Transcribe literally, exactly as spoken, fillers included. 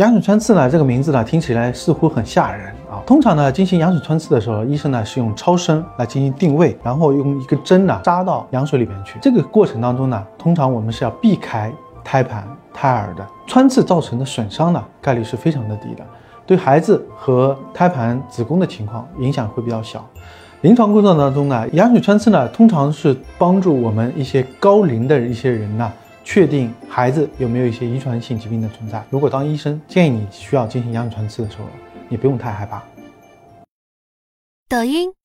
羊水穿刺呢，这个名字呢听起来似乎很吓人啊。通常呢，进行羊水穿刺的时候，医生呢是用超声来进行定位，然后用一个针呢扎到羊水里面去。这个过程当中呢，通常我们是要避开胎盘、胎儿的。穿刺造成的损伤呢，概率是非常的低的，对孩子和胎盘、子宫的情况影响会比较小。临床工作当中呢，羊水穿刺呢，通常是帮助我们一些高龄的一些人呢，确定孩子有没有一些遗传性疾病的存在。如果当医生建议你需要进行羊水穿刺的时候，你不用太害怕。 抖音、